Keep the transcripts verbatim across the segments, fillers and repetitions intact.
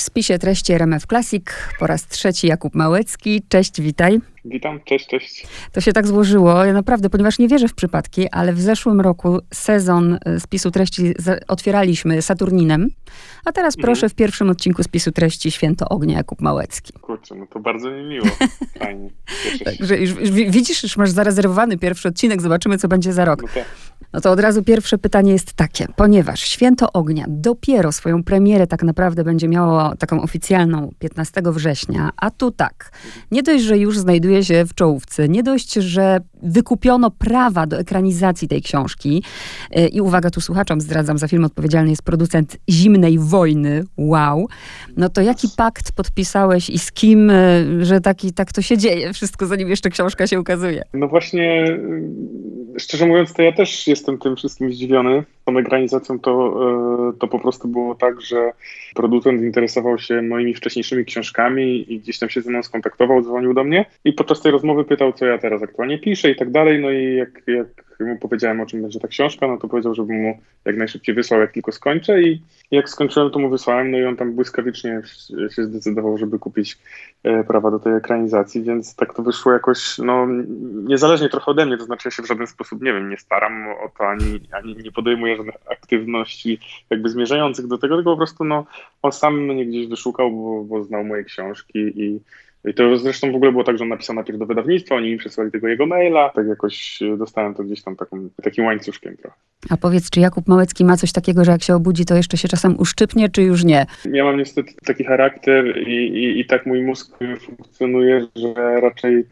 spisie treści R M F Classic po raz trzeci Jakub Małecki. Cześć, witaj. Witam, cześć, cześć. To się tak złożyło, ja naprawdę, ponieważ nie wierzę w przypadki, ale w zeszłym roku sezon spisu treści otwieraliśmy Saturninem, a teraz mhm. proszę w pierwszym odcinku spisu treści Święto Ognia Jakub Małecki. Kurczę, no to bardzo mi miło. Fajnie. Także już, już widzisz, już masz zarezerwowany pierwszy odcinek, zobaczymy, co będzie za rok. No to... No to od razu pierwsze pytanie jest takie, ponieważ Święto Ognia dopiero swoją premierę tak naprawdę będzie miało taką oficjalną piętnastego września, a tu tak, nie dość, że już znajduje się w czołówce, nie dość, że wykupiono prawa do ekranizacji tej książki i uwaga, tu słuchaczom zdradzam, za film odpowiedzialny jest producent Zimnej Wojny, wow, no to jaki pakt podpisałeś i z kim, że taki, tak to się dzieje, wszystko zanim jeszcze książka się ukazuje? No właśnie, szczerze mówiąc, to ja też jestem tym wszystkim zdziwiony. Tą ekranizacją to, to po prostu było tak, że producent interesował się moimi wcześniejszymi książkami i gdzieś tam się ze mną skontaktował, dzwonił do mnie i podczas tej rozmowy pytał, co ja teraz aktualnie piszę i tak dalej. No i jak, jak mu powiedziałem, o czym będzie ta książka, no to powiedział, żebym mu jak najszybciej wysłał, jak tylko skończę i jak skończyłem, to mu wysłałem, no i on tam błyskawicznie się zdecydował, żeby kupić e, prawa do tej ekranizacji, więc tak to wyszło jakoś, no niezależnie trochę ode mnie, to znaczy ja się w żaden sposób, nie wiem, nie staram o to, ani, ani nie podejmuję żadnych aktywności jakby zmierzających do tego, tylko po prostu no on sam mnie gdzieś wyszukał, bo, bo znał moje książki i I to zresztą w ogóle było tak, że on napisał najpierw do wydawnictwa, oni mi przesłali tego jego maila, tak jakoś dostałem to gdzieś tam taką, takim łańcuszkiem trochę. A powiedz, czy Jakub Małecki ma coś takiego, że jak się obudzi, to jeszcze się czasem uszczypnie, czy już nie? Ja mam niestety taki charakter i, i, i tak mój mózg funkcjonuje, że raczej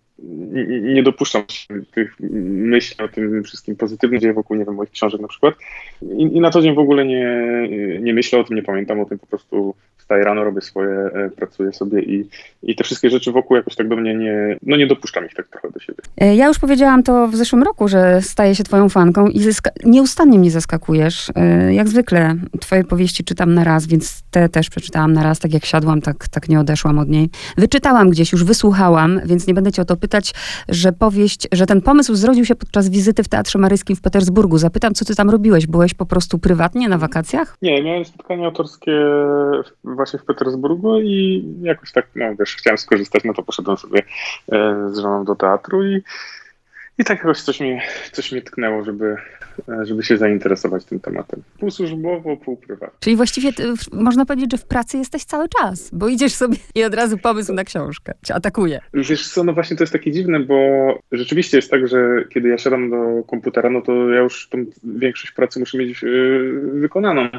nie, nie dopuszczam się tych myśli o tym wszystkim pozytywnym, dzieje wokół, nie wiem, moich książek na przykład. I, i na co dzień w ogóle nie, nie myślę o tym, nie pamiętam o tym, po prostu wstaję rano, robię swoje, pracuję sobie i, i te wszystkie rzeczy wokół jakoś tak do mnie nie, no nie dopuszczam ich tak trochę do siebie. Ja już powiedziałam to w zeszłym roku, że staję się twoją fanką i zyska- nieustannie mnie zaskakujesz. Jak zwykle twoje powieści czytam na raz, więc te też przeczytałam na raz, tak jak siadłam, tak, tak nie odeszłam od niej. Wyczytałam gdzieś, już wysłuchałam, więc nie będę cię o to pytać, że powieść, że ten pomysł zrodził się podczas wizyty w Teatrze Maryskim w Petersburgu. Zapytam, co ty tam robiłeś? Byłeś po prostu prywatnie na wakacjach? Nie, miałem spotkanie autorskie właśnie w Petersburgu i jakoś tak, no wiesz, chciałem skorzystać, no to poszedłem sobie e, z żoną do teatru i, i tak jakoś coś mnie, coś mnie tknęło, żeby, żeby się zainteresować tym tematem. Pół służbowo, pół prywatnie. Czyli właściwie ty, można powiedzieć, że w pracy jesteś cały czas, bo idziesz sobie i od razu pomysł na książkę cię atakuje. Wiesz co, no właśnie to jest takie dziwne, bo rzeczywiście jest tak, że kiedy ja siadam do komputera, no to ja już tą większość pracy muszę mieć yy, wykonaną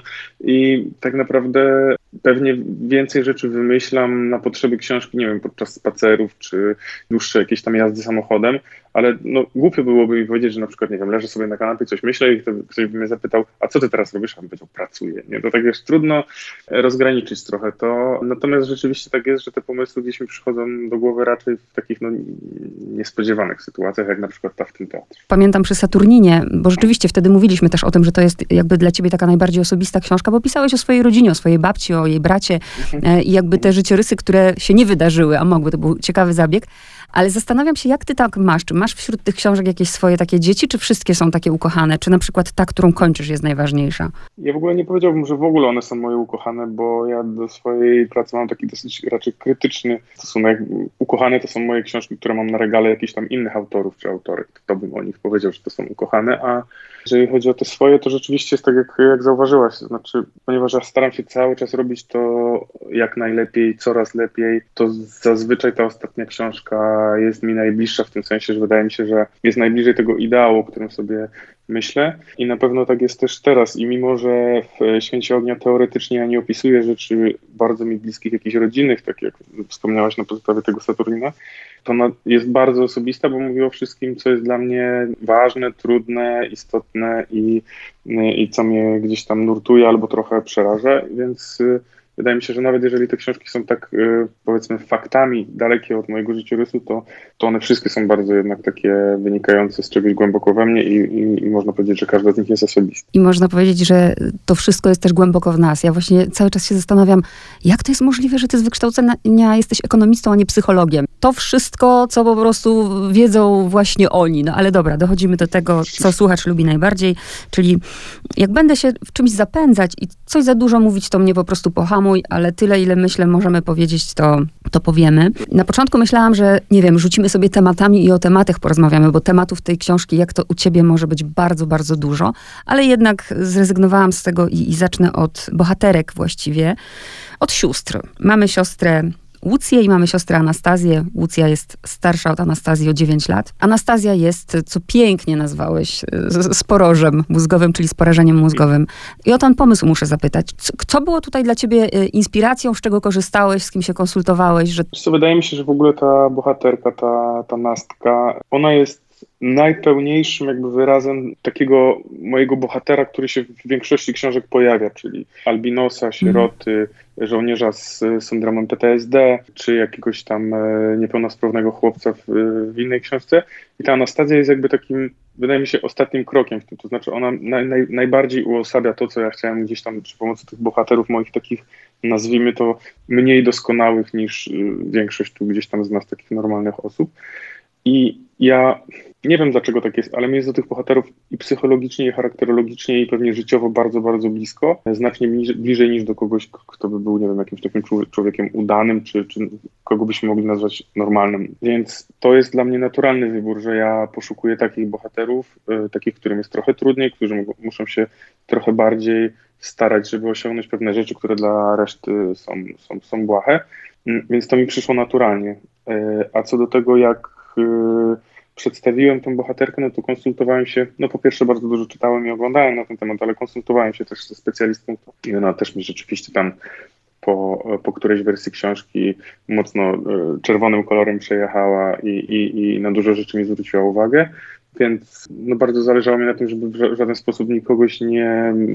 i tak naprawdę pewnie więcej rzeczy wymyślam na potrzeby książki, nie wiem, podczas spacerów, czy dłuższe jakieś tam jazdy samochodem, ale no głupio byłoby mi powiedzieć, że na przykład, nie wiem, leżę sobie na kanapie, coś myślę i ktoś by mnie zapytał, a co ty teraz robisz? A bym powiedział, pracuję. Nie? To tak wiesz, trudno rozgraniczyć trochę to. Natomiast rzeczywiście tak jest, że te pomysły gdzieś mi przychodzą do głowy raczej w takich no, niespodziewanych sytuacjach, jak na przykład ta w tym teatrze. Pamiętam przy Saturninie, bo rzeczywiście wtedy mówiliśmy też o tym, że to jest jakby dla ciebie taka najbardziej osobista książka, bo pisałeś o swojej rodzinie, o swojej babci, o jej bracie mhm. i jakby te życiorysy, które się nie wydarzyły, a mogły, to był ciekawy zabieg. Ale zastanawiam się, jak ty tak masz? Czy masz wśród tych książek jakieś swoje takie dzieci, czy wszystkie są takie ukochane? Czy na przykład ta, którą kończysz, jest najważniejsza? Ja w ogóle nie powiedziałbym, że w ogóle one są moje ukochane, bo ja do swojej pracy mam taki dosyć raczej krytyczny stosunek. Ukochane to są moje książki, które mam na regale jakichś tam innych autorów czy autorek. To bym o nich powiedział, że to są ukochane, a jeżeli chodzi o te swoje, to rzeczywiście jest tak, jak, jak zauważyłaś. Znaczy, ponieważ ja staram się cały czas robić to jak najlepiej, coraz lepiej, to zazwyczaj ta ostatnia książka jest mi najbliższa w tym sensie, że wydaje mi się, że jest najbliżej tego ideału, o którym sobie myślę i na pewno tak jest też teraz i mimo, że w Święcie Ognia teoretycznie ja nie opisuję rzeczy bardzo mi bliskich, jakichś rodzinnych, tak jak wspomniałaś na podstawie tego Saturnina, to ona jest bardzo osobista, bo mówi o wszystkim, co jest dla mnie ważne, trudne, istotne i, i co mnie gdzieś tam nurtuje albo trochę przeraża, więc wydaje mi się, że nawet jeżeli te książki są tak, powiedzmy, faktami dalekie od mojego życiorysu, to, to one wszystkie są bardzo jednak takie wynikające z czegoś głęboko we mnie i, i, i można powiedzieć, że każda z nich jest osobista. I można powiedzieć, że to wszystko jest też głęboko w nas. Ja właśnie cały czas się zastanawiam, jak to jest możliwe, że ty z wykształcenia jesteś ekonomistą, a nie psychologiem. To wszystko, co po prostu wiedzą właśnie oni. No ale dobra, dochodzimy do tego, co słuchacz lubi najbardziej, czyli jak będę się w czymś zapędzać i coś za dużo mówić, to mnie po prostu pohamuje, mój, ale tyle, ile myślę, możemy powiedzieć, to, to powiemy. Na początku myślałam, że nie wiem, rzucimy sobie tematami i o tematach porozmawiamy, bo tematów tej książki, jak to u ciebie, może być bardzo, bardzo dużo, ale jednak zrezygnowałam z tego i, i zacznę od bohaterek właściwie, od sióstr. Mamy siostrę Łucję i mamy siostrę Anastazję. Łucja jest starsza od Anastazji o dziewięć lat. Anastazja jest, co pięknie nazwałeś, sporożem mózgowym, czyli z porażeniem mózgowym. I o ten pomysł muszę zapytać. Co było tutaj dla ciebie inspiracją, z czego korzystałeś, z kim się konsultowałeś? Że... Co, wydaje mi się, że w ogóle ta bohaterka, ta, ta Nastka, ona jest najpełniejszym jakby wyrazem takiego mojego bohatera, który się w większości książek pojawia, czyli albinosa, sieroty, mm. żołnierza z syndromem P T S D, czy jakiegoś tam niepełnosprawnego chłopca w, w innej książce. I ta Anastazja jest jakby takim, wydaje mi się, ostatnim krokiem w tym. To znaczy ona naj, naj, najbardziej uosabia to, co ja chciałem gdzieś tam przy pomocy tych bohaterów moich takich, nazwijmy to, mniej doskonałych niż większość tu gdzieś tam z nas takich normalnych osób. I ja nie wiem, dlaczego tak jest, ale mi jest do tych bohaterów i psychologicznie, i charakterologicznie, i pewnie życiowo bardzo, bardzo blisko. Znacznie bliżej niż do kogoś, kto by był, nie wiem, jakimś takim człowiekiem udanym, czy, czy kogo byśmy mogli nazwać normalnym. Więc to jest dla mnie naturalny wybór, że ja poszukuję takich bohaterów, y, takich, którym jest trochę trudniej, którzy muszą się trochę bardziej starać, żeby osiągnąć pewne rzeczy, które dla reszty są, są, są błahe. Y, więc to mi przyszło naturalnie. Y, a co do tego, jak y, przedstawiłem tę bohaterkę, no to konsultowałem się, no po pierwsze bardzo dużo czytałem i oglądałem na ten temat, ale konsultowałem się też ze specjalistą i ona też mi rzeczywiście tam po, po którejś wersji książki mocno y, czerwonym kolorem przejechała i, i, i na dużo rzeczy mi zwróciła uwagę, więc no bardzo zależało mi na tym, żeby w żaden sposób nikogoś nie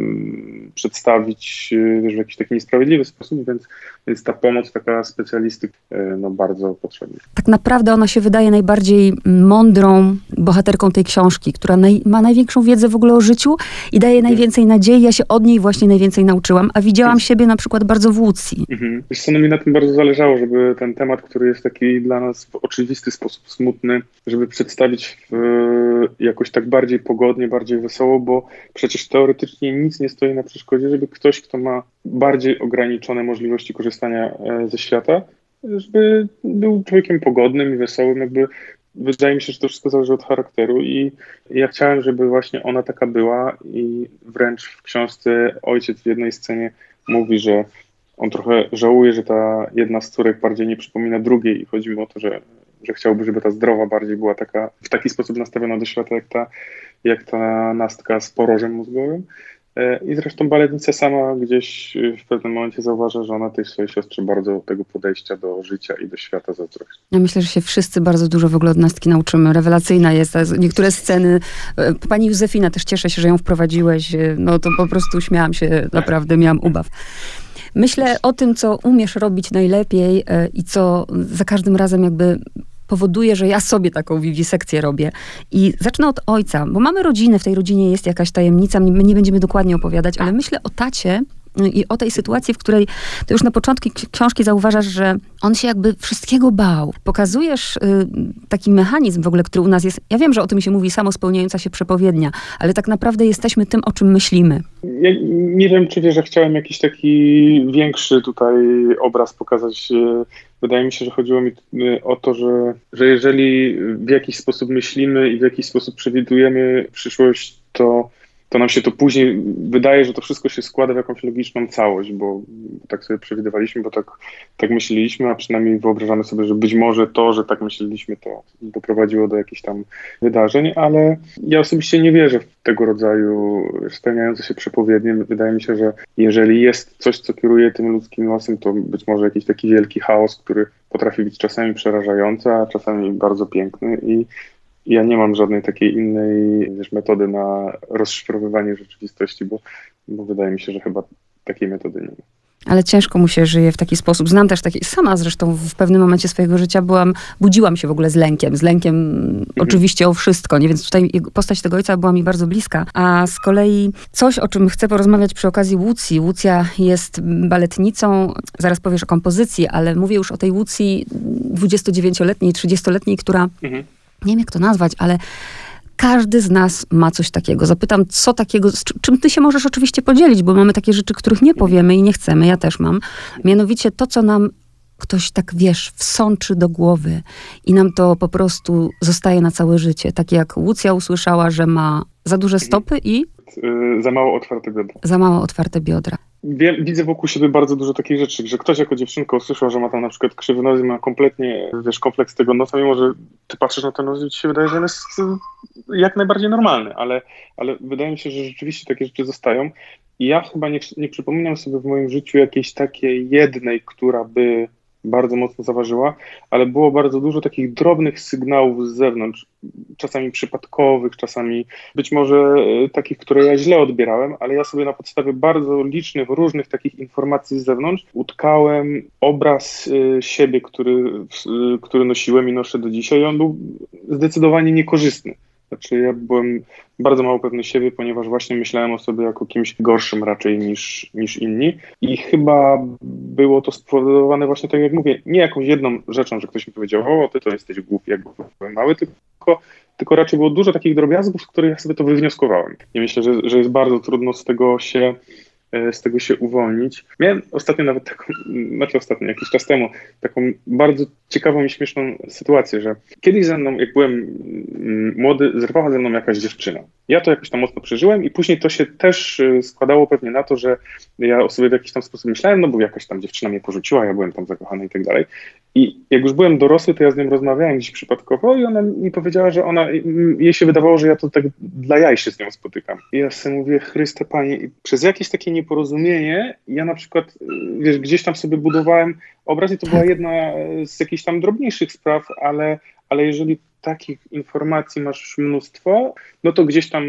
mm, przedstawić y, w jakiś taki niesprawiedliwy sposób, więc, więc ta pomoc taka specjalisty y, no bardzo potrzebna. Tak naprawdę ona się wydaje najbardziej mądrą bohaterką tej książki, która naj, ma największą wiedzę w ogóle o życiu i daje mhm. najwięcej nadziei. Ja się od niej właśnie najwięcej nauczyłam, a widziałam mhm. siebie na przykład bardzo w Łucji. Mhm. Wiesz co, no mi na tym bardzo zależało, żeby ten temat, który jest taki dla nas w oczywisty sposób smutny, żeby przedstawić w, jakoś tak bardziej pogodnie, bardziej wesoło, bo przecież teoretycznie nic nie stoi na przeszkodzie, żeby ktoś, kto ma bardziej ograniczone możliwości korzystania ze świata, żeby był człowiekiem pogodnym i wesołym, jakby wydaje mi się, że to wszystko zależy od charakteru i ja chciałem, żeby właśnie ona taka była i wręcz w książce ojciec w jednej scenie mówi, że on trochę żałuje, że ta jedna z córek bardziej nie przypomina drugiej i chodzi mu o to, że, że chciałby, żeby ta zdrowa bardziej była taka, w taki sposób nastawiona do świata, jak ta, jak ta Nastka z porożem mózgowym. I zresztą baletnica sama gdzieś w pewnym momencie zauważa, że ona tej swojej siostrze bardzo tego podejścia do życia i do świata zazdrości. Ja myślę, że się wszyscy bardzo dużo w ogóle od Nastki nauczymy. Rewelacyjna jest. Niektóre sceny. Pani Józefina, też cieszę się, że ją wprowadziłeś. No to po prostu śmiałam się, naprawdę miałam ubaw. Myślę o tym, co umiesz robić najlepiej i co za każdym razem jakby powoduje, że ja sobie taką wiwisekcję robię. I zacznę od ojca, bo mamy rodzinę, w tej rodzinie jest jakaś tajemnica, my nie będziemy dokładnie opowiadać, ale myślę o tacie i o tej sytuacji, w której to już na początku książki zauważasz, że on się jakby wszystkiego bał. Pokazujesz y, taki mechanizm w ogóle, który u nas jest, ja wiem, że o tym się mówi samospełniająca się przepowiednia, ale tak naprawdę jesteśmy tym, o czym myślimy. Ja nie wiem, czy wiesz, że chciałem jakiś taki większy tutaj obraz pokazać. Wydaje mi się, że chodziło mi o to, że, że jeżeli w jakiś sposób myślimy i w jakiś sposób przewidujemy przyszłość, to to nam się to później wydaje, że to wszystko się składa w jakąś logiczną całość, bo tak sobie przewidywaliśmy, bo tak, tak myśleliśmy, a przynajmniej wyobrażamy sobie, że być może to, że tak myśleliśmy, to doprowadziło do jakichś tam wydarzeń, ale ja osobiście nie wierzę w tego rodzaju spełniające się przepowiednie. Wydaje mi się, że jeżeli jest coś, co kieruje tym ludzkim losem, to być może jakiś taki wielki chaos, który potrafi być czasami przerażający, a czasami bardzo piękny i ja nie mam żadnej takiej innej, wiesz, metody na rozszyfrowywanie rzeczywistości, bo, bo wydaje mi się, że chyba takiej metody nie ma. Ale ciężko mu się żyje w taki sposób. Znam też takie, sama zresztą w pewnym momencie swojego życia byłam, budziłam się w ogóle z lękiem. Z lękiem mhm. oczywiście o wszystko, nie? Więc tutaj postać tego ojca była mi bardzo bliska. A z kolei coś, o czym chcę porozmawiać przy okazji Łucji. Łucja jest baletnicą, zaraz powiesz o kompozycji, ale mówię już o tej Łucji dwudziestodziewięcioletniej, trzydziestoletniej, która... Mhm. Nie wiem, jak to nazwać, ale Każdy z nas ma coś takiego. Zapytam, co takiego, z czym ty się możesz oczywiście podzielić, bo mamy takie rzeczy, których nie powiemy i nie chcemy. Ja też mam. Mianowicie to, co nam ktoś tak, wiesz, wsączy do głowy i nam to po prostu zostaje na całe życie. Tak jak Łucja usłyszała, że ma za duże stopy i... Za mało otwarte biodra. Za mało otwarte biodra. Wiem, widzę wokół siebie bardzo dużo takich rzeczy, że ktoś jako dziewczynka usłyszał, że ma tam na przykład krzywy nos i ma kompletnie, wiesz, kompleks tego nosa, mimo że ty patrzysz na ten nos i ci się wydaje, że on jest jak najbardziej normalny, ale, ale wydaje mi się, że rzeczywiście takie rzeczy zostają. I ja chyba nie, nie przypominam sobie w moim życiu jakiejś takiej jednej, która by bardzo mocno zaważyła, ale było bardzo dużo takich drobnych sygnałów z zewnątrz, czasami przypadkowych, czasami być może e, takich, które ja źle odbierałem, ale ja sobie na podstawie bardzo licznych, różnych takich informacji z zewnątrz utkałem obraz e, siebie, który, e, który nosiłem i noszę do dzisiaj i on był zdecydowanie niekorzystny. Znaczy ja byłem bardzo mało pewny siebie, ponieważ właśnie myślałem o sobie jako kimś gorszym raczej niż, niż inni i chyba było to spowodowane właśnie tak jak mówię, nie jakąś jedną rzeczą, że ktoś mi powiedział, o ty to jesteś głupi, jak byłem mały, tylko, tylko raczej było dużo takich drobiazgów, z których ja sobie to wywnioskowałem. I myślę, że, że jest bardzo trudno z tego się z tego się uwolnić. Miałem ostatnio nawet taką, znaczy ostatnio, jakiś czas temu, taką bardzo ciekawą i śmieszną sytuację, że kiedyś ze mną, jak byłem młody, zerwała ze mną jakaś dziewczyna. Ja to jakoś tam mocno przeżyłem i później to się też składało pewnie na to, że ja o sobie w jakiś tam sposób myślałem, no bo jakaś tam dziewczyna mnie porzuciła, ja byłem tam zakochany i tak dalej. I jak już byłem dorosły, to ja z nią rozmawiałem gdzieś przypadkowo i ona mi powiedziała, że ona, jej się wydawało, że ja to tak dla jaj się z nią spotykam. I ja sobie mówię, Chryste Panie, i przez jakieś takie nieporozumienie, ja na przykład, wiesz, gdzieś tam sobie budowałem obraz i to była jedna z jakichś tam drobniejszych spraw, ale, ale jeżeli takich informacji masz mnóstwo, no to gdzieś tam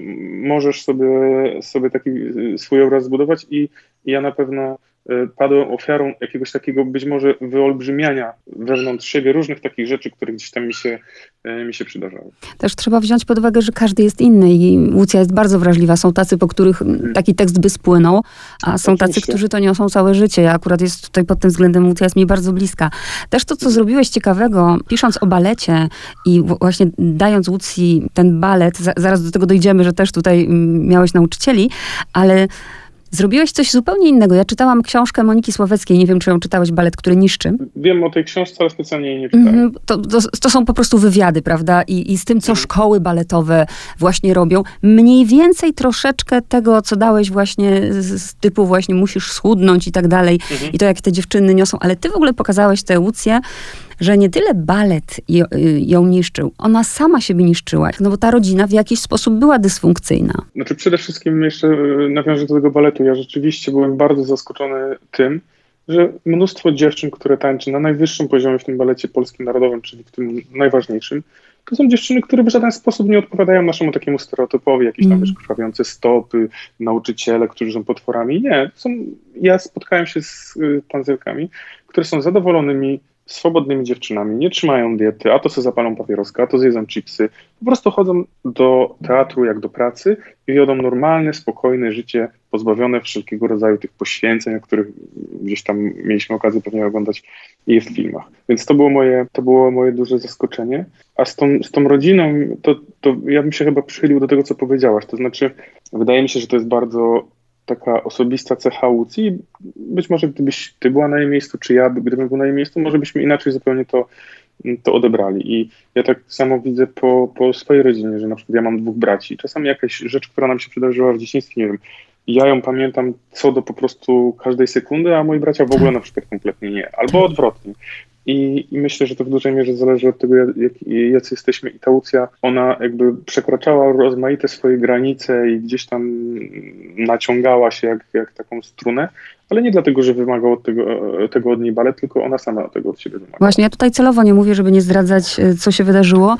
możesz sobie, sobie taki swój obraz zbudować i, i ja na pewno padłem ofiarą jakiegoś takiego być może wyolbrzymiania wewnątrz siebie różnych takich rzeczy, które gdzieś tam mi się, mi się przydarzały. Też trzeba wziąć pod uwagę, że każdy jest inny i Łucja jest bardzo wrażliwa. Są tacy, po których taki tekst by spłynął, a są tacy, którzy to niosą całe życie. Ja akurat jest tutaj pod tym względem Łucja jest mi bardzo bliska. Też to, co zrobiłeś ciekawego, pisząc o balecie i właśnie dając Łucji ten balet, zaraz do tego dojdziemy, że też tutaj miałeś nauczycieli, ale zrobiłeś coś zupełnie innego. Ja czytałam książkę Moniki Sławeckiej. Nie wiem, czy ją czytałeś, Balet, który niszczy. Wiem o tej książce, ale specjalnie jej nie czytałem. Mm, to, to, to są po prostu wywiady, prawda? I, i z tym, co szkoły baletowe właśnie robią. Mniej więcej troszeczkę tego, co dałeś właśnie z, z typu właśnie musisz schudnąć i tak dalej. Mhm. I to, jak te dziewczyny niosą. Ale ty w ogóle pokazałeś tę Łucję, że nie tyle balet ją niszczył, ona sama siebie niszczyła. No bo ta rodzina w jakiś sposób była dysfunkcyjna. Znaczy przede wszystkim jeszcze nawiążę do tego baletu. Ja rzeczywiście byłem bardzo zaskoczony tym, że mnóstwo dziewczyn, które tańczy na najwyższym poziomie w tym balecie polskim narodowym, czyli w tym najważniejszym, to są dziewczyny, które w żaden sposób nie odpowiadają naszemu takiemu stereotypowi, jakieś tam, mm. wiesz, krwawiące stopy, nauczyciele, którzy są potworami. Nie, są, ja spotkałem się z y, panzerkami, które są zadowolonymi, swobodnymi dziewczynami, nie trzymają diety, a to sobie zapalą papieroska, a to zjedzą chipsy. Po prostu chodzą do teatru jak do pracy i wiodą normalne, spokojne życie, pozbawione wszelkiego rodzaju tych poświęceń, o których gdzieś tam mieliśmy okazję pewnie oglądać i w filmach. Więc to było moje, to było moje duże zaskoczenie. A z tą, z tą rodziną, to, to ja bym się chyba przychylił do tego, co powiedziałaś. To znaczy, wydaje mi się, że to jest bardzo taka osobista cecha Łucji. Być może gdybyś ty była na jej miejscu, czy ja gdybym był na jej miejscu, może byśmy inaczej zupełnie to, to odebrali. I ja tak samo widzę po, po swojej rodzinie, że na przykład ja mam dwóch braci. Czasami jakaś rzecz, która nam się przydarzyła w dzieciństwie, nie wiem, ja ją pamiętam co do po prostu każdej sekundy, a moi bracia w ogóle na przykład kompletnie nie. Albo odwrotnie. I, I myślę, że to w dużej mierze zależy od tego, jak, jacy jesteśmy. I ta Łucja, ona jakby przekraczała rozmaite swoje granice i gdzieś tam naciągała się jak, jak taką strunę, ale nie dlatego, że wymagał od tego, tego od niej balet, tylko ona sama tego od siebie wymagała. Właśnie, ja tutaj celowo nie mówię, żeby nie zdradzać, co się wydarzyło.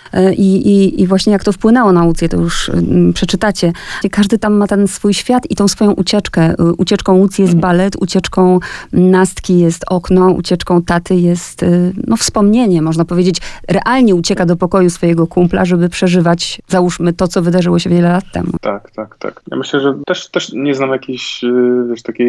I, i, I właśnie jak to wpłynęło na Łucję, to już um, przeczytacie. Każdy tam ma ten swój świat i tą swoją ucieczkę. Ucieczką Łucji jest balet, ucieczką Nastki jest okno, ucieczką taty jest no, wspomnienie, można powiedzieć. Realnie ucieka do pokoju swojego kumpla, żeby przeżywać, załóżmy, to, co wydarzyło się wiele lat temu. Tak, tak, tak. Ja myślę, że też, też nie znam jakiejś, wiesz, takiej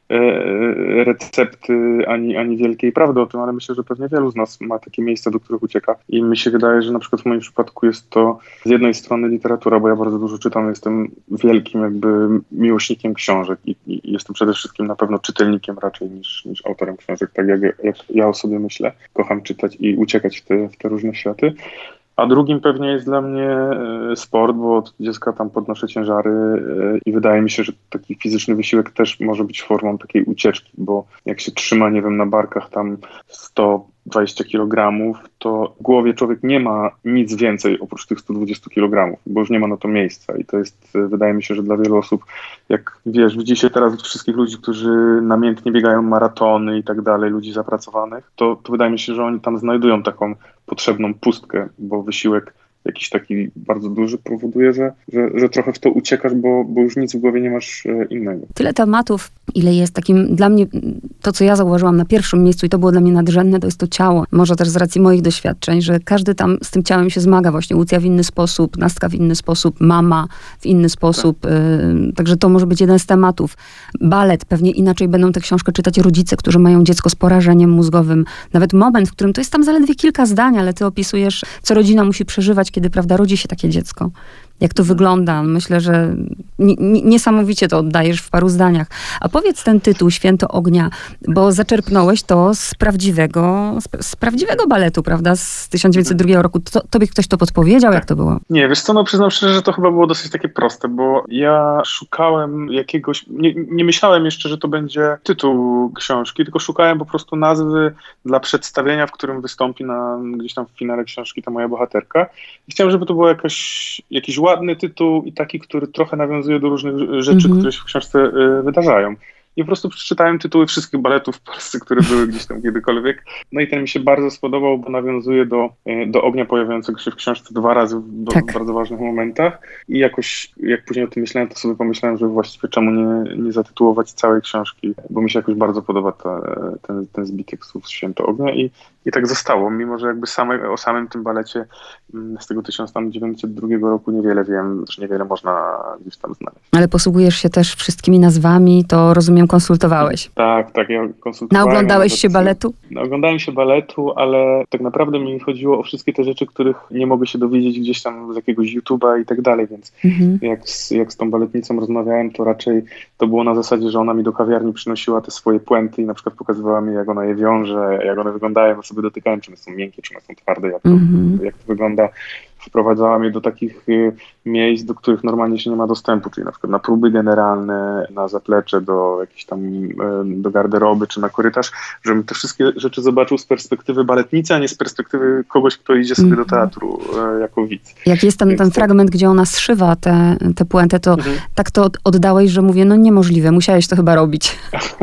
recepty, ani, ani wielkiej prawdy o tym, ale myślę, że pewnie wielu z nas ma takie miejsca, do których ucieka. I mi się wydaje, że na przykład w moim przypadku jest to z jednej strony literatura, bo ja bardzo dużo czytam, jestem wielkim jakby miłośnikiem książek i, i jestem przede wszystkim na pewno czytelnikiem raczej niż, niż autorem książek, tak jak, jak ja o sobie myślę. Kocham czytać i uciekać w te, w te różne światy. A drugim pewnie jest dla mnie sport, bo od dziecka tam podnoszę ciężary i wydaje mi się, że taki fizyczny wysiłek też może być formą takiej ucieczki, bo jak się trzyma, nie wiem, na barkach tam sto dwadzieścia kilogramów, to w głowie człowiek nie ma nic więcej oprócz tych stu dwudziestu kilogramów, bo już nie ma na to miejsca i to jest, wydaje mi się, że dla wielu osób, jak wiesz, widzi się teraz wszystkich ludzi, którzy namiętnie biegają maratony i tak dalej, ludzi zapracowanych, to, to wydaje mi się, że oni tam znajdują taką potrzebną pustkę, bo wysiłek jakiś taki bardzo duży powoduje, że, że, że trochę w to uciekasz, bo, bo już nic w głowie nie masz innego. Tyle tematów, ile jest takim, dla mnie, to co ja zauważyłam na pierwszym miejscu i to było dla mnie nadrzędne, to jest to ciało. Może też z racji moich doświadczeń, że każdy tam z tym ciałem się zmaga właśnie. Łucja w inny sposób, Nastka w inny sposób, mama w inny sposób. Tak. Y, także to może być jeden z tematów. Balet, pewnie inaczej będą tę książkę czytać rodzice, którzy mają dziecko z porażeniem mózgowym. Nawet moment, w którym to jest tam zaledwie kilka zdań, ale ty opisujesz, co rodzina musi przeżywać, kiedy, prawda, rodzi się takie dziecko. Jak to wygląda? Myślę, że niesamowicie to oddajesz w paru zdaniach. A powiedz ten tytuł, Święto Ognia, bo zaczerpnąłeś to z prawdziwego, z, z prawdziwego baletu, prawda? Z tysiąc dziewięćset drugiego roku. To, tobie ktoś to podpowiedział? Jak to było? Nie, wiesz co, no przyznam szczerze, że to chyba było dosyć takie proste, bo ja szukałem jakiegoś, nie, nie myślałem jeszcze, że to będzie tytuł książki, tylko szukałem po prostu nazwy dla przedstawienia, w którym wystąpi na, gdzieś tam w finale książki ta moja bohaterka. I chciałem, żeby to było jakaś, jakiś ładny tytuł i taki, który trochę nawiązuje do różnych rzeczy, mm-hmm. które się w książce y, wydarzają. I po prostu przeczytałem tytuły wszystkich baletów w Polsce, które były gdzieś tam kiedykolwiek. No i ten mi się bardzo spodobał, bo nawiązuje do, do ognia pojawiającego się w książce dwa razy w tak. bardzo ważnych momentach. I jakoś, jak później o tym myślałem, to sobie pomyślałem, że właściwie czemu nie, nie zatytułować całej książki, bo mi się jakoś bardzo podoba ta, ten, ten zbitek słów Święto Ognia i, i tak zostało. Mimo, że jakby same, o samym tym balecie z tego tysiąc dziewięćset drugiego roku niewiele wiem, że niewiele można gdzieś tam znaleźć. Ale posługujesz się też wszystkimi nazwami, to rozumiem, konsultowałeś. Tak, tak, ja konsultowałem. Naoglądałeś się baletu? Oglądałem się baletu, ale tak naprawdę mi chodziło o wszystkie te rzeczy, których nie mogę się dowiedzieć gdzieś tam z jakiegoś YouTube'a i tak dalej, więc mhm. jak, z, jak z tą baletnicą rozmawiałem, to raczej to było na zasadzie, że ona mi do kawiarni przynosiła te swoje puenty i na przykład pokazywała mi, jak ona je wiąże, jak one wyglądają, ja sobie dotykałem, czy one są miękkie, czy one są twarde, jak to, mhm. jak to wygląda. Wprowadzała mnie do takich y, miejsc, do których normalnie się nie ma dostępu, czyli na przykład na próby generalne, na zaplecze, do jakiejś tam y, do garderoby, czy na korytarz, żebym te wszystkie rzeczy zobaczył z perspektywy baletnicy, a nie z perspektywy kogoś, kto idzie sobie mm. do teatru y, jako widz. Jak jest ten, ten to... fragment, gdzie ona zszywa tę te, te puentę, to mhm. tak to oddałeś, że mówię, no niemożliwe, musiałeś to chyba robić.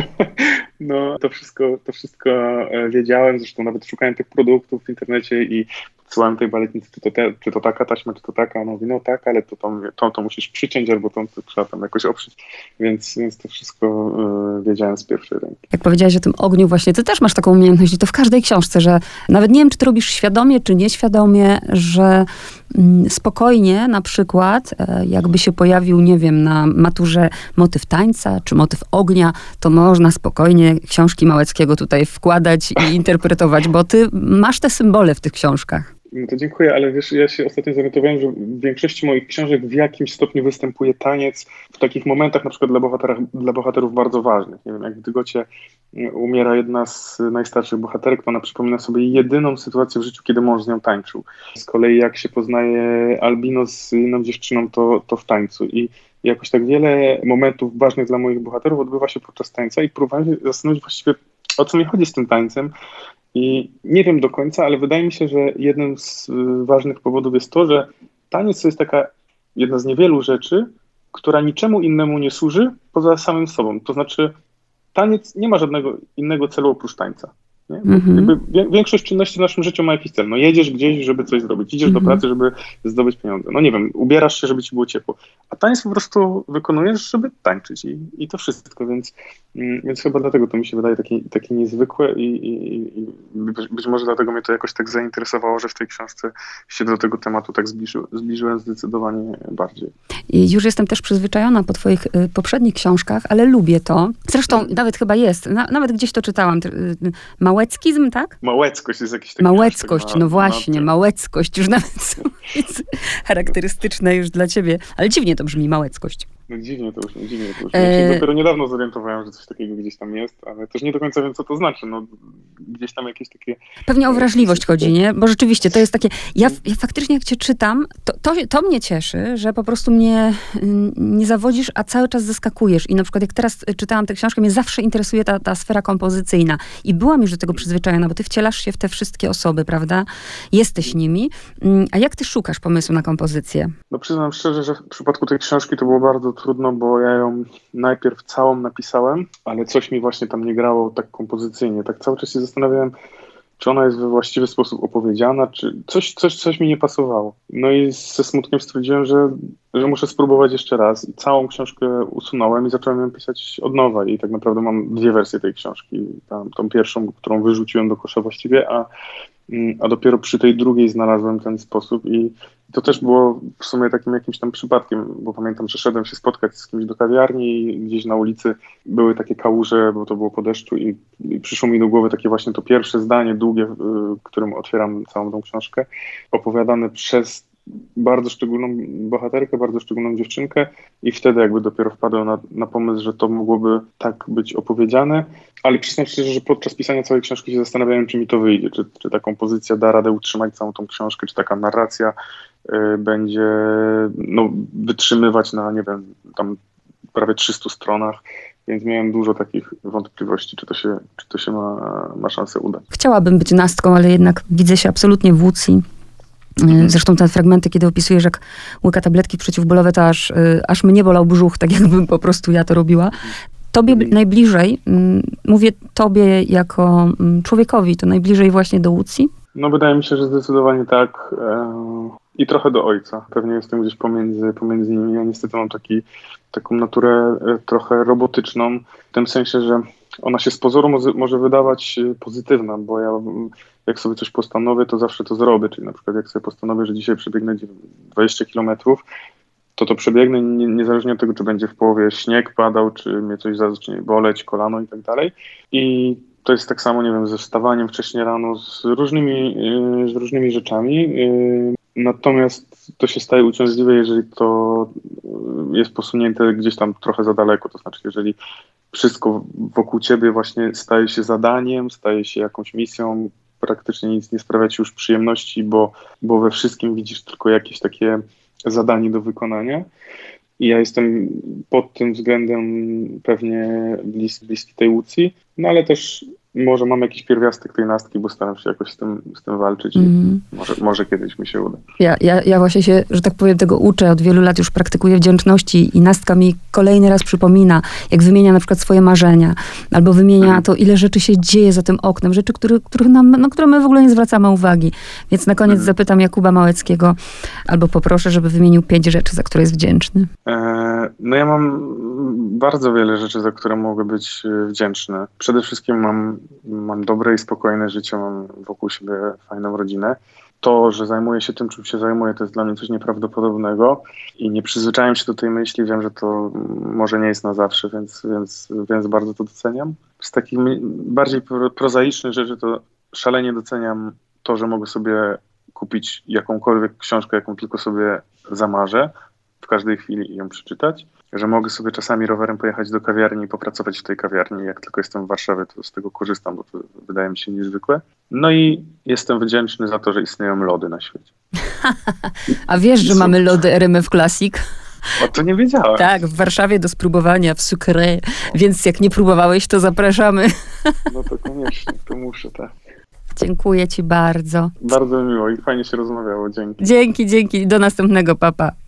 No, to wszystko, to wszystko wiedziałem, zresztą nawet szukałem tych produktów w internecie i podsyłałem tej baletnicy, czy to, te, czy to taka taśma, czy to taka. Ona mówi, no tak, ale to, to, to, to musisz przyciąć, albo to, to trzeba tam jakoś oprzeć. Więc, więc to wszystko y, wiedziałem z pierwszej ręki. Jak powiedziałaś o tym ogniu właśnie, ty też masz taką umiejętność, i to w każdej książce, że nawet nie wiem, czy to robisz świadomie, czy nieświadomie, że mm, spokojnie na przykład, e, jakby się pojawił, nie wiem, na maturze motyw tańca, czy motyw ognia, to można spokojnie książki Małeckiego tutaj wkładać i interpretować, bo ty masz te symbole w tych książkach. No to dziękuję, ale wiesz, ja się ostatnio zorientowałem, że w większości moich książek w jakimś stopniu występuje taniec w takich momentach, na przykład dla, dla bohaterów bardzo ważnych. Nie wiem, jak w Dygocie umiera jedna z najstarszych bohaterek, to ona przypomina sobie jedyną sytuację w życiu, kiedy mąż z nią tańczył. Z kolei jak się poznaje Albino z inną dziewczyną, to, to w tańcu. I jakoś tak wiele momentów ważnych dla moich bohaterów odbywa się podczas tańca i próbowałem się zastanowić właściwie, o co mi chodzi z tym tańcem. I nie wiem do końca, ale wydaje mi się, że jednym z ważnych powodów jest to, że taniec to jest taka jedna z niewielu rzeczy, która niczemu innemu nie służy poza samym sobą. To znaczy taniec nie ma żadnego innego celu oprócz tańca. Nie? Mm-hmm. Jakby większość czynności w naszym życiu ma jakiś cel. No jedziesz gdzieś, żeby coś zrobić. Idziesz mm-hmm. do pracy, żeby zdobyć pieniądze. No nie wiem, ubierasz się, żeby ci było ciepło. A tańc po prostu wykonujesz, żeby tańczyć i, i to wszystko. Więc, więc chyba dlatego to mi się wydaje takie, takie niezwykłe i, i, i być, być może dlatego mnie to jakoś tak zainteresowało, że w tej książce się do tego tematu tak zbliży, zbliżyłem zdecydowanie bardziej. I już jestem też przyzwyczajona po twoich y, poprzednich książkach, ale lubię to. Zresztą mm. nawet chyba jest, na, nawet gdzieś to czytałam. Y, Małeckizm, tak? Małeckość jest jakiś taki... Małeckość, na, no właśnie, na małeckość. Już nawet jest charakterystyczne już dla ciebie. Ale dziwnie to brzmi, małeckość. No dziwnie to już, dziwnie to już. Ja się dopiero niedawno zorientowałem, że coś takiego gdzieś tam jest, ale też nie do końca wiem, co to znaczy. No, gdzieś tam jakieś takie... Pewnie o wrażliwość chodzi, nie? Bo rzeczywiście to jest takie... Ja, ja faktycznie jak cię czytam, to, to, to mnie cieszy, że po prostu mnie nie zawodzisz, a cały czas zaskakujesz. I na przykład jak teraz czytałam tę książkę, mnie zawsze interesuje ta, ta sfera kompozycyjna. I byłam już do tego przyzwyczajona, bo ty wcielasz się w te wszystkie osoby, prawda? Jesteś nimi. A jak ty szukasz pomysłu na kompozycję? No przyznam szczerze, że w przypadku tej książki to było bardzo trudno, bo ja ją najpierw całą napisałem, ale coś mi właśnie tam nie grało tak kompozycyjnie. Tak cały czas się zastanawiałem, czy ona jest we właściwy sposób opowiedziana, czy coś, coś, coś mi nie pasowało. No i ze smutkiem stwierdziłem, że, że muszę spróbować jeszcze raz. I całą książkę usunąłem i zacząłem ją pisać od nowa. I tak naprawdę mam dwie wersje tej książki. Tam, tą pierwszą, którą wyrzuciłem do kosza właściwie, a, a dopiero przy tej drugiej znalazłem ten sposób. I to też było w sumie takim jakimś tam przypadkiem, bo pamiętam, że szedłem się spotkać z kimś do kawiarni i gdzieś na ulicy były takie kałuże, bo to było po deszczu i, i przyszło mi do głowy takie właśnie to pierwsze zdanie długie, którym otwieram całą tą książkę, opowiadane przez bardzo szczególną bohaterkę, bardzo szczególną dziewczynkę i wtedy jakby dopiero wpadłem na, na pomysł, że to mogłoby tak być opowiedziane, ale przyznam szczerze, że podczas pisania całej książki się zastanawiałem, czy mi to wyjdzie, czy, czy ta kompozycja da radę utrzymać całą tą książkę, czy taka narracja y, będzie no, wytrzymywać na, nie wiem, tam prawie trzystu stronach, więc miałem dużo takich wątpliwości, czy to się, czy to się ma, ma szansę udać. Chciałabym być Nastką, ale jednak widzę się absolutnie w Łucji. Zresztą te fragmenty, kiedy opisujesz, jak łyka tabletki przeciwbólowe, to aż, aż mnie bolał brzuch, tak jakbym po prostu ja to robiła. Tobie najbliżej, mówię tobie jako człowiekowi, to najbliżej właśnie do Łucji? No wydaje mi się, że zdecydowanie tak. I trochę do ojca. Pewnie jestem gdzieś pomiędzy, pomiędzy nimi. Ja niestety mam taki, taką naturę trochę robotyczną, w tym sensie, że ona się z pozoru może, może wydawać pozytywna, bo ja jak sobie coś postanowię, to zawsze to zrobię. Czyli na przykład jak sobie postanowię, że dzisiaj przebiegnę dwadzieścia kilometrów, to to przebiegnę nie, niezależnie od tego, czy będzie w połowie śnieg padał, czy mnie coś zacznie boleć, kolano i tak dalej. I to jest tak samo, nie wiem, ze wstawaniem wcześniej rano, z różnymi, z różnymi rzeczami. Natomiast to się staje uciążliwe, jeżeli to jest posunięte gdzieś tam trochę za daleko. To znaczy, jeżeli wszystko wokół ciebie właśnie staje się zadaniem, staje się jakąś misją, praktycznie nic nie sprawia ci już przyjemności, bo, bo we wszystkim widzisz tylko jakieś takie zadanie do wykonania. I ja jestem pod tym względem pewnie blis, bliski tej Łucji, no ale też może mam jakiś pierwiastek tej Nastki, bo staram się jakoś z tym, z tym walczyć mm. i może, może kiedyś mi się uda. Ja, ja, ja właśnie się, że tak powiem, tego uczę. Od wielu lat już praktykuję wdzięczności i Nastka mi kolejny raz przypomina, jak wymienia na przykład swoje marzenia, albo wymienia mm. to, ile rzeczy się dzieje za tym oknem, rzeczy, który, których nam, no, które my w ogóle nie zwracamy uwagi. Więc na koniec mm. zapytam Jakuba Małeckiego, albo poproszę, żeby wymienił pięć rzeczy, za które jest wdzięczny. E, no ja mam bardzo wiele rzeczy, za które mogę być wdzięczny. Przede wszystkim mam Mam dobre i spokojne życie, mam wokół siebie fajną rodzinę. To, że zajmuję się tym, czym się zajmuję, to jest dla mnie coś nieprawdopodobnego i nie przyzwyczaiłem się do tej myśli. Wiem, że to może nie jest na zawsze, więc, więc, więc bardzo to doceniam. Z takich bardziej prozaicznych rzeczy to szalenie doceniam to, że mogę sobie kupić jakąkolwiek książkę, jaką tylko sobie zamarzę w każdej chwili i ją przeczytać. Że mogę sobie czasami rowerem pojechać do kawiarni i popracować w tej kawiarni. Jak tylko jestem w Warszawie, to z tego korzystam, bo to wydaje mi się niezwykłe. No i jestem wdzięczny za to, że istnieją lody na świecie. A wiesz, że mamy lody R M F Classic? O, to nie wiedziałem. Tak, w Warszawie do spróbowania, w Sucre. Więc jak nie próbowałeś, to zapraszamy. No to koniecznie, to muszę, tak. Dziękuję ci bardzo. Bardzo miło i fajnie się rozmawiało. Dzięki. Dzięki, dzięki. Do następnego, papa.